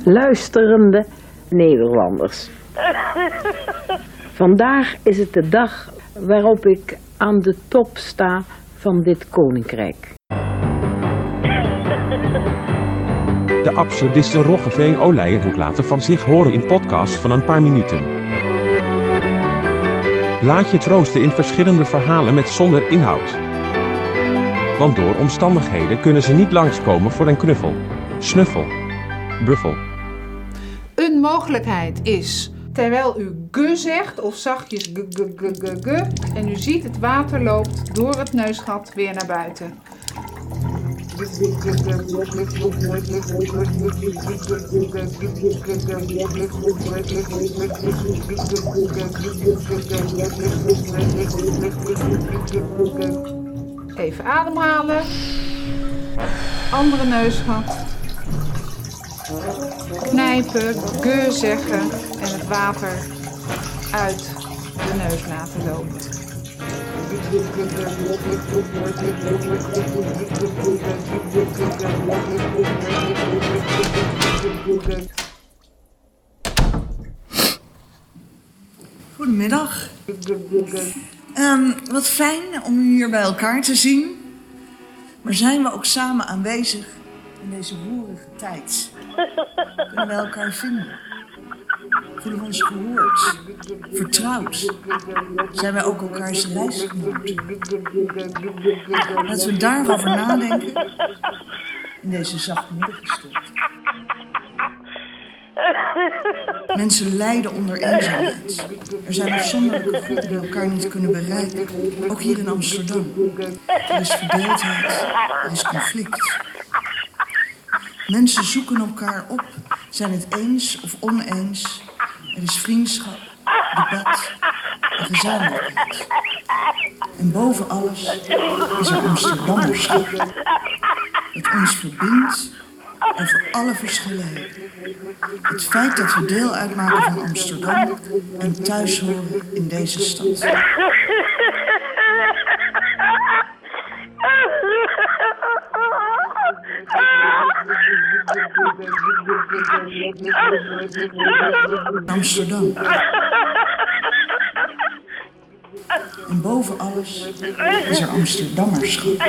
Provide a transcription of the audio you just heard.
luisterende Nederlanders. Vandaag is het de dag waarop ik aan de top sta van dit koninkrijk. De absurdiste Roggeveen Oleijenhoek laten van zich horen in podcasts van een paar minuten. Laat je troosten in verschillende verhalen met zonder inhoud. Want door omstandigheden kunnen ze niet langskomen voor een knuffel, snuffel, buffel. Een mogelijkheid is, terwijl u ge zegt of zachtjes ge en u ziet het water loopt door het neusgat weer naar buiten. Even ademhalen. Andere neusgat. Knijpen, ge zeggen en het water uit de neus laten lopen. Goedemiddag. Wat fijn om u hier bij elkaar te zien. Maar zijn we ook samen aanwezig in deze woelige tijd? Kunnen we elkaar vinden? Voelen we ons gehoord? Vertrouwd? Zijn wij ook elkaars reisgenoten? Laten we daarover nadenken in deze zachtmoedige stilte. Mensen lijden onder eenzaamheid. Er zijn afzonderlijke groepen die elkaar niet kunnen bereiken. Ook hier in Amsterdam. Er is verdeeldheid, er is conflict. Mensen zoeken elkaar op, zijn het eens of oneens. Er is vriendschap, debat en gezamenlijkheid. En boven alles is er Amsterdammerschap. Het ons verbindt over alle verschillen. Het feit dat we deel uitmaken van Amsterdam en thuis horen in deze stad. Amsterdam. En boven alles is er Amsterdammerschap.